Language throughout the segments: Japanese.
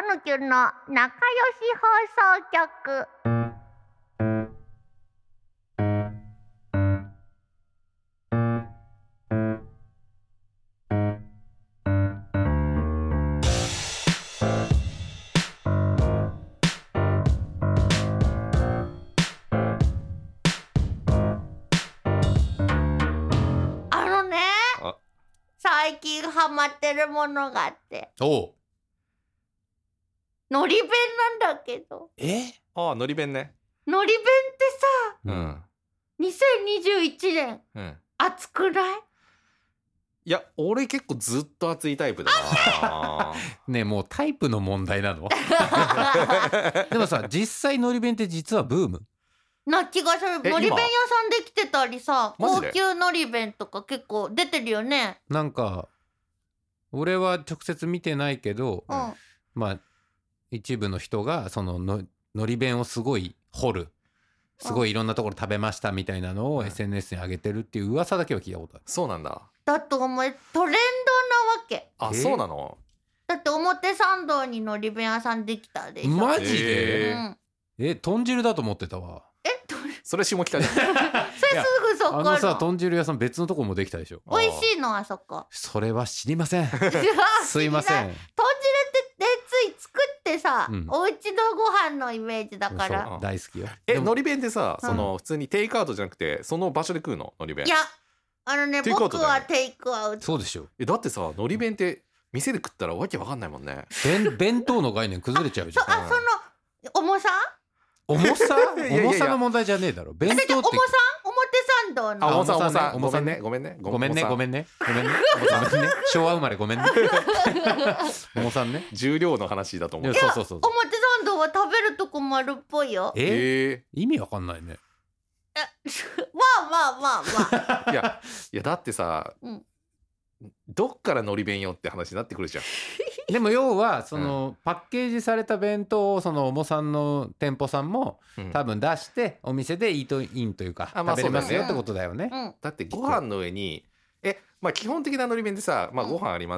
たぬきゅんの仲良し放送局。最近ハマってるものがあって、 おう、 のり弁なんだけど。 のり弁ね。 のり弁ってさ、2021年、暑くない？ いや、俺結構ずっと暑いタイプだな。 ねえ、もうタイプの問題なの？でもさ、実際のり弁って実はブームな気がする。のり弁屋さんできてたりさ、 マジで高級のり弁とか結構出てるよね。 なんか俺は直接見てないけど、まあ一部の人がそののり弁をすごい掘る、すごいいろんなところ食べましたみたいなのを SNS に上げてるっていう噂だけは聞いたことある。 そうなんだ。 だと思う。トレンドなわけ。 あ、そうなの？ だって表参道にのり弁屋さんできたでしょ。 マジで？豚汁だと思ってたわ。 それ下北じゃん。 それすぐそこあのさ、豚汁屋さん別のとこもできたでしょ。 美味しいのあそこ。 それは知りません。すいません。 豚汁ってつい作ってさ、お家のご飯のイメージだから。 大好きよ。 のり弁ってさ、その普通にテイクアウトじゃなくてその場所で食うの？のり弁。 いや、僕はテイクアウト。 そうでしょ。 だってさ、のり弁って店で食ったらわけわかんないもんね。 弁当の概念崩れちゃうじゃん。 その重さ重さの問題じゃねえだろ。弁当って表参道の重さね。ごめんね。 昭和生まれごめんね。重さね。 重量の話だと思う。 そう。 表参道は食べるとこ丸っぽいよ。 意味わかんないね。 まあ。 いやだってさ、どっからのり弁よって話になってくるじゃん。 でも要はそのパッケージされた弁当をそのおもさんの店舗さんも多分出してお店でイートインというか食べれますよってことだよね。 だってご飯の上に基本的なのり弁でさ、ご飯あります、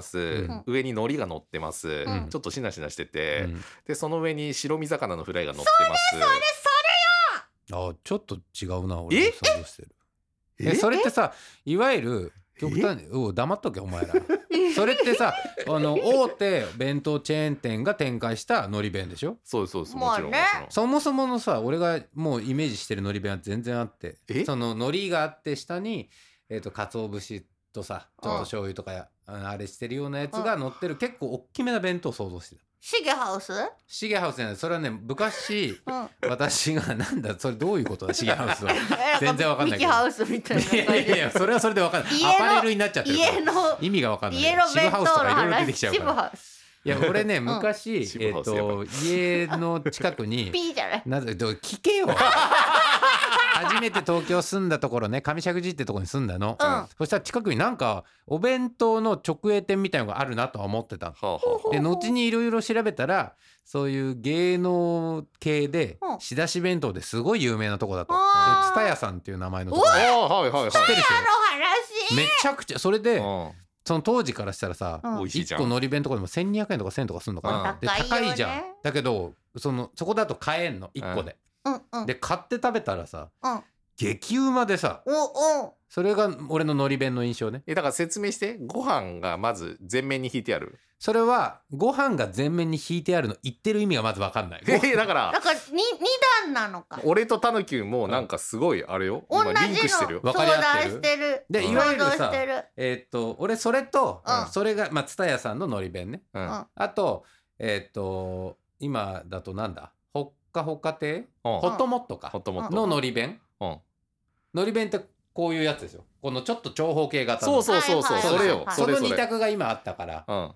上に海苔が乗ってます、ちょっとしなしなしてて、でその上に白身魚のフライが乗ってます。 それよ。 ちょっと違うな、俺の想像してる。それってさ、いわゆる極端に黙っとけお前ら。それってさ、大手弁当チェーン店が展開したのり弁でしょ。 そうもちろん。 そもそものさ、俺がもうイメージしてるのり弁は全然あって、その海苔があって下に鰹節とさ、ちょっと醤油とかあれしてるようなやつが乗ってる結構大きめな弁当を想像してた。 シゲハウスじゃない。それはね、昔、私がなんだそれどういうことだ、シゲハウスは。全然わかんないけど。 ミキハウスみたいな。 いやそれはそれでわかんない。アパレルになっちゃってるから意味がわかんない。 家の弁当の話。 シブハウスとかいろいろ出てきちゃうから。いや俺ね、昔家の近くにピーじゃない。 聞けよ。初めて東京住んだところね、上石神ってところに住んだの。そしたら近くになんかお弁当の直営店みたいのがあるなとは思ってた。で後にいろいろ調べたら、そういう芸能系で仕出し弁当ですごい有名なとこだと。蔦屋さんっていう名前のところ。知ってるでしょ。めちゃくちゃそれで。その当時からしたらさ、1個のり弁とかでも1200円とか1000円とかするのかな。で高いじゃん。だけどそこだと買えんの1個で。で買って食べたらさ、激うまでさ、それが俺ののり弁の印象ね。 だから説明して。ご飯がまず全面に引いてある。 それはご飯が全面に引いてあるの言ってる意味がまず分かんない。 だから 2段なのか。 俺とたぬきゅんもなんかすごいあれよ、今リンクしてるよ。 分かり合ってる。でいわゆるさ、俺それとそれが蔦屋さんののり弁ね。あと今だとなんだ、ほっかほか亭、ホットモットかののり弁。のり弁ってこういうやつですよ。このちょっと長方形型の。 そうそれよ。 その2択が今あったから。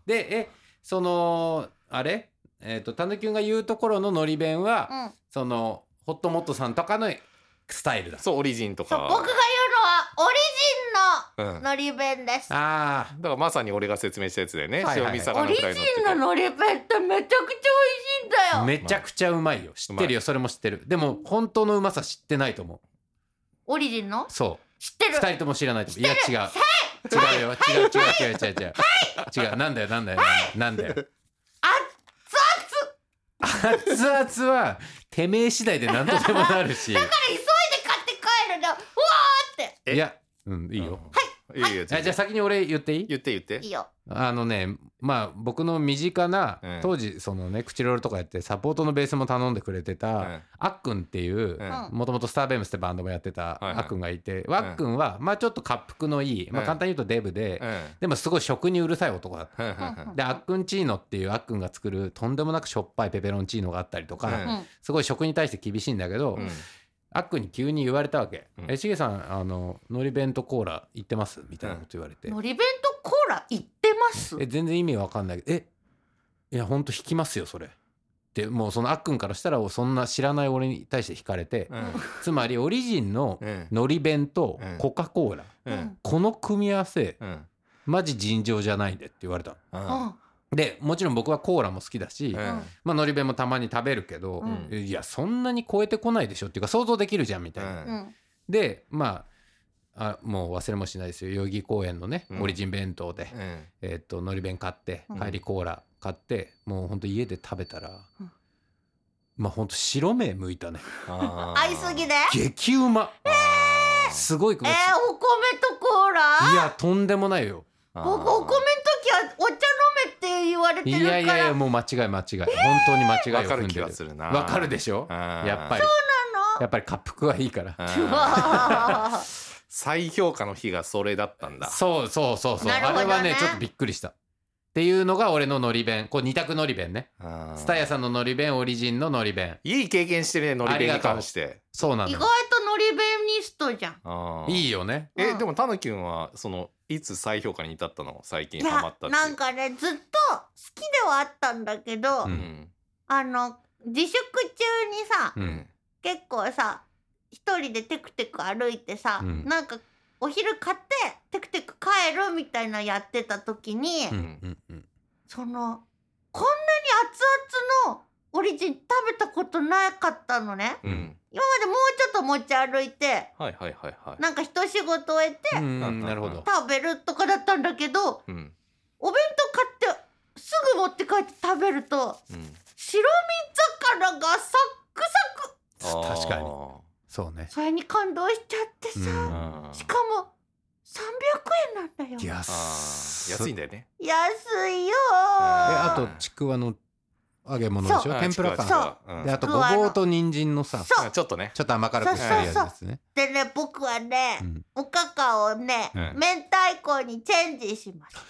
でそのあれたぬきゅんが言うところののり弁は、そのホットモットさんとかのスタイルだ。 そう、オリジンとか。 僕が言うのはオリジンののり弁です。 だからまさに俺が説明したやつだよね。白身魚フライ乗ってて。 オリジンののり弁ってめちゃくちゃ美味しいんだよ。 めちゃくちゃうまいよ。知ってるよ。それも知ってる。でも本当のうまさ知ってないと思う。 オリジンの？ そう。 知ってる。 2人とも知らないと思う。いや違うよ。違う。違う。なんだよ。 熱々 熱々はてめえ次第で何とでもなるしだから急いで買って帰るの。うわーって。 いや、いいよ。 いいよ。 じゃあ先に俺言っていい？ 言っていいよ。 まあ僕の身近な、当時そのね口ロールとかやってサポートのベースも頼んでくれてた、あっくんっていうもともとスターベムスってバンドもやってたあっくんがいて、あっくんはまあちょっと恰幅のいい、まあ簡単に言うとデブで、でもすごい食にうるさい男だった。であっくんチーノっていうあっくんが作るとんでもなくしょっぱいペペロンチーノがあったりとか、すごい食に対して厳しいんだけど、あっくんに急に言われたわけ。しげさんのり弁とコーラ行ってますみたいなこと言われて。 のり弁とコーラ行ってます？ 全然意味わかんないけど、いやほんと引きますよそれってもうそのあっくんからしたらそんな知らない俺に対して引かれて、つまりオリジンののり弁とコカ・コーラ、この組み合わせ、マジ尋常じゃないでって言われたの。でもちろん僕はコーラも好きだし、まあのり弁もたまに食べるけど、いやそんなに超えてこないでしょっていうか想像できるじゃんみたいな。でまあもう忘れもしないですよ。代々木公園のね、オリジン弁当で、のり弁買って帰りコーラ買って、もうほんと家で食べたら、まあほんと白目向いたね。 合いすぎで激うま。すごい気持ちいい。 お米とコーラ？ いやとんでもないよ。 僕お米の時はお茶飲めって言われてるから。 いやもう間違い本当に間違いを踏んでる。 わかる気がするな。 わかるでしょ。やっぱりそうなの。 やっぱり恰幅はいいから。 再評価の日がそれだったんだ。 そう、ね、あれはねちょっとびっくりしたっていうのが俺ののり弁。こう二択のり弁ね。スタヤさんののり弁、オリジンののり弁。 いい経験してるね、のり弁に関して。 そうなの。 意外とのり弁ニストじゃん。 いいよね。 でもたぬきんはそのいつ再評価に至ったの？最近ハマったっていう。 なんかねずっと好きではあったんだけど、自粛中にさ、結構さ一人でテクテク歩いてさ、なんかお昼買ってテクテク帰るみたいなやってた時に、そのこんなに熱々のオリジン食べたことなかったのね。今までもうちょっと持ち歩いて、なんか一仕事終えて、 なるほど、 食べるとかだったんだけど、お弁当買ってすぐ持って帰って食べると、白身魚がサックサク。 確かにそうね。 それに感動しちゃってさ、しかも300円なんだよ。 安いんだよね。 安いよ。 あとちくわの揚げ物でしょ。天ぷらか。であとごぼうと人参のさ、 ちょっとね、 ちょっと甘辛くしたやつですね。 でね、僕はね、おかかをね、明太子にチェンジします。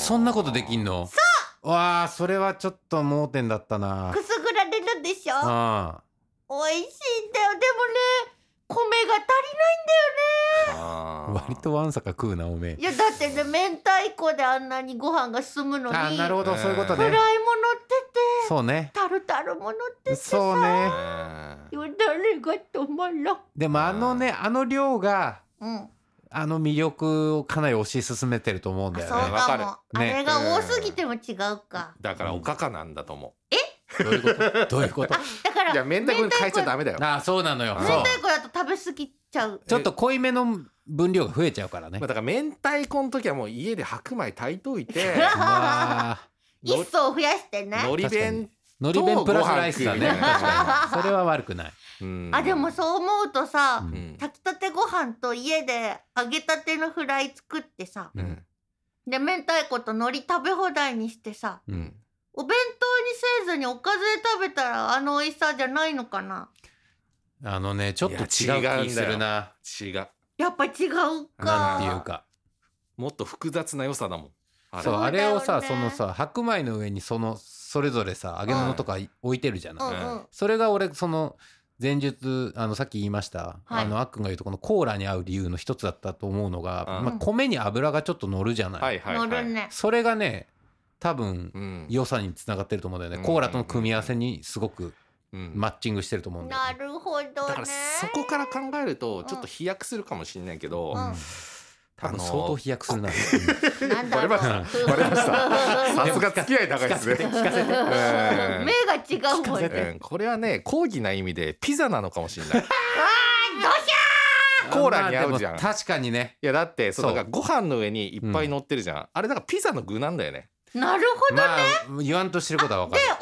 そんなことできんの？ そう。 わあ、それはちょっと盲点だったな。 くすぐられるでしょ。美味しいんだよ。でもね、米が足りないんだよね。 割とわんさか食うなおめえ。 いやだってね、明太子であんなにご飯が進むのに。 なるほど、そういうことね。 フライも乗ってて、 そうね、 タルタルも乗っててさ、 そうね、 よだれが止まらん。 でもあの量が、あの魅力をかなり推し進めてると思うんだよね。 そうかも。あれが多すぎても違うか。 だからおかかなんだと思う。 どういうこと？ だからいや明太子に変えちゃダメだよ。 そうなのよ。 明太子だと食べ過ぎちゃう。 ちょっと濃いめの分量が増えちゃうからね。 だから明太子の時はもう家で白米炊いといて、 一層増やしてね。 のり弁プラスライスだね。それは悪くない。 でもそう思うとさ、炊きたてご飯と家で揚げたてのフライ作ってさ、で明太子と海苔食べ放題にしてさ、お弁当にせずにおかずで食べたら美味しさじゃないのかな。 ちょっと違う気するな。 違う。 やっぱ違うか。 なんていうか、 もっと複雑な良さだもん。 あれをさ、そのさ白米の上にそれぞれさ揚げ物とか置いてるじゃない。それが俺その前述さっき言いました、あっくんが言うとこのコーラに合う理由の一つだったと思うのが、米に油がちょっと乗るじゃない。 乗るね。 それがね多分良さにつながってると思うんだよね。コーラとの組み合わせにすごくマッチングしてると思うんだよね。 なるほどね。だからそこから考えるとちょっと飛躍するかもしれないけど、 多分相当飛躍するな。 バレました。さすが付き合い長いですね。 目が違うもんね。 これはね、高義な意味でピザなのかもしれない。 どうしよコーラに合うじゃん。 確かにね。 いやだってだからご飯の上にいっぱい乗ってるじゃん。あれだからピザの具なんだよね。 なるほどね。 言わんとしてることは分かる。 でおかか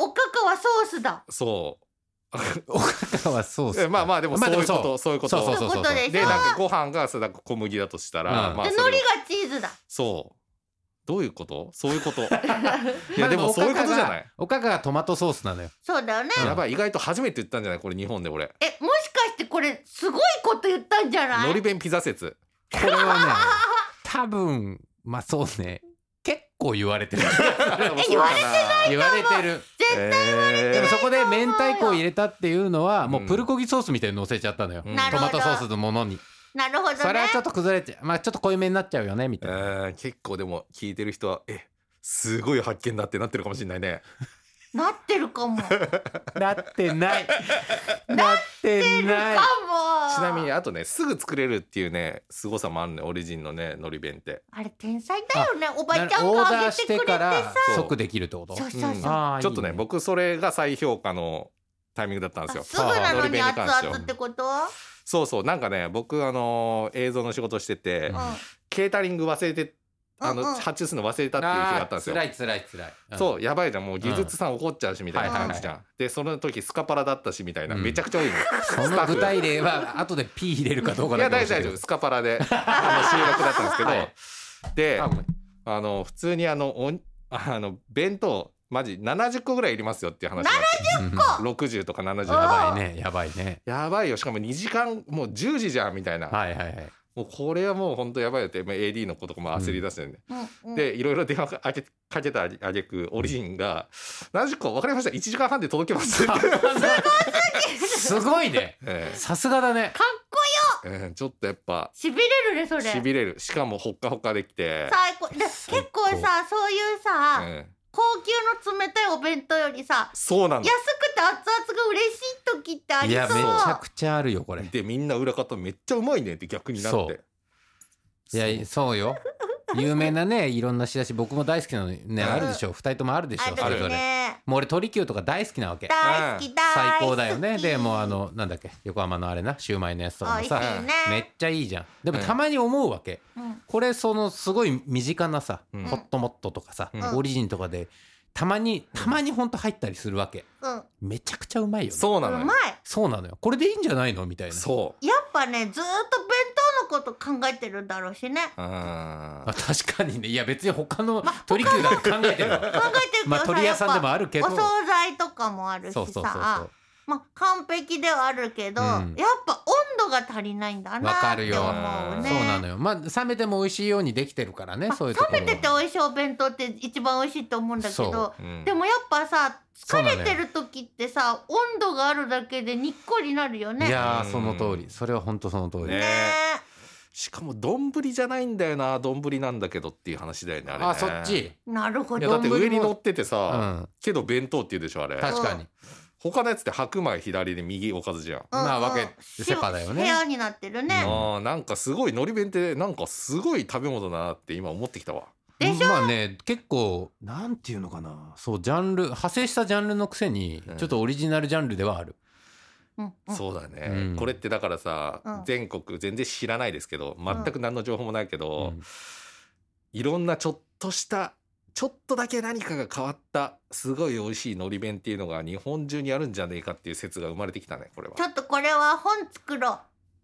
はソースだ。 そうおかかはソース。 まあでもそういうことそういうことで、なんかご飯が小麦だとしたら、 で海苔がチーズだ。 そうどういうこと？そういうこといやでもそういうことじゃない？ おかかがトマトソースなのよ。 そうだよね。 やばい、意外と初めて言ったんじゃないこれ日本で俺。 もしかしてこれすごいこと言ったんじゃない？ のり弁ピザ説。 これはね多分まあそうね結構言われてる。 言われてない。 言われてる。 絶対言われてる。 でもそこで明太子を入れたっていうのはもうプルコギソースみたいに乗せちゃったのよ、トマトソースのものに。 なるほどね。 それはちょっと崩れて、まあちょっと濃いめになっちゃうよねみたいな。 結構でも聞いてる人はすごい発見だってなってるかもしれないね。 なってるかも。 なってないなってない。 ちなみにあとねすぐ作れるっていうね凄さもあるねオリジンのねのり弁って。 あれ天才だよね。おばちゃんがオーダ揚げーしててくれてからさ。 即できるってこと？ そうそうそう。 ちょっとね僕それが再評価のタイミングだったんですよ。 すぐなのに熱々ってこと？ そうなんかね僕映像の仕事してて、ケータリング忘れて発注するの忘れたっていう日があったんですよ。 つらい、 そうやばいじゃんもう技術さん怒っちゃうしみたいな感じじゃん。でその時スカパラだったしみたいな、めちゃくちゃ多いの。 その具体例は後で P 入れるかどうかだけ教えて。 いや大丈夫スカパラで収録だったんですけど、で普通に弁当マジ70個ぐらいいりますよっていう話になって。70個60とか70。 やばいねやばいよ。しかも2時間もう10時じゃんみたいな。もうこれはもう本当やばいよって AD の子とかも焦り出してるね、でいろいろ電話かけたあげくオリジンが70個分かりました1時間半で届けますってすごいね、さすがだね。 かっこよ、 ちょっとやっぱしびれるねそれ。 しびれる。しかもほっかほかできて最高。結構さそういうさ、高級の冷たいお弁当よりさ、 そうなの、 安くて熱々が嬉しい時ってありそう。 いやめちゃくちゃあるよこれ。 でみんな裏方めっちゃうまいねって逆になって。 いやそうよ有名なねいろんな仕出し僕も大好きなのね、あるでしょ。2人ともあるでしょそれぞれ。もう俺鳥久とか大好きなわけ。 大好き最高だよね。でもなんだっけ横浜のあれなシューマイのやつとかもさ、めっちゃいいじゃん。でもたまに思うわけ、これすごい身近なさ、ホットモットとかさ、オリジンとかでたまにほんと入ったりするわけ、めちゃくちゃうまいよね。 そうなのよ。 そうなのよ。これでいいんじゃないのみたいな。 そうやっぱねずっと弁当のこと考えてるんだろうしね。 確かにね。いや別に他の鳥久だって考えてるわ。 考えてるけどさ、 鳥屋さんでもあるけどお惣菜とかもあるしさ、完璧ではあるけど、やっぱ温度が足りないんだなって思うね。 そうなのよ。冷めても美味しいようにできてるからね、そういうところは。 冷めてて美味しいお弁当って一番美味しいと思うんだけど、でもやっぱさ疲れてる時ってさ温度があるだけでにっこりなるよね。 いやその通り。それは本当その通りね。 しかも丼じゃないんだよな。丼なんだけどっていう話だよねあれね。 そっち。 なるほど。 だって上に乗っててさ、けど弁当って言うでしょあれ。 確かに。 他のやつって白米左で右おかずじゃん。 分けセパだよね。 部屋になってるね。 なんかすごいのり弁ってなんかすごい食べ物だなって今思ってきたわ。 結構なんていうのかな、そうジャンル派生したジャンルのくせにちょっとオリジナルジャンルではある。 そうだね、これってだからさ、全国全然知らないですけど全く何の情報もないけど、いろんなちょっとだけ何かが変わったすごい美味しいのり弁っていうのが日本中にあるんじゃねえかっていう説が生まれてきたねこれは。 ちょっとこれは本作ろう。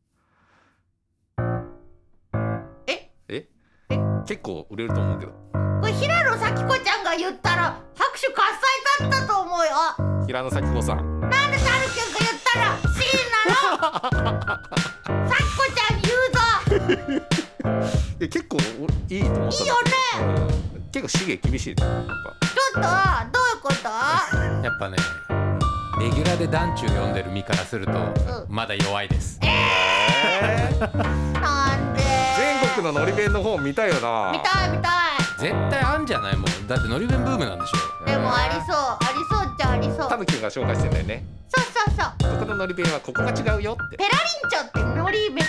結構売れると思うけど。 これ平野咲子ちゃんが言ったら拍手喝采だったと思うよ。 平野咲子さん。 なんでタルキュンが言ったら C なの？咲子ちゃん言うぞ。 結構いいと思った。いいよね。 結構資源厳しいね。ちょっとどういうこと？ やっぱねレギュラーで団中読んでる身からすると、まだ弱いです。 なんで？ 全国ののり弁の本見たいよな。 見たい。 絶対あんじゃないもん。だってのり弁ブームなんでしょ。 でもありそうっちゃありそう。 タヌキが紹介してんだよね。 そう。 ここののり弁はここが違うよって。 ペラリンチョってのり弁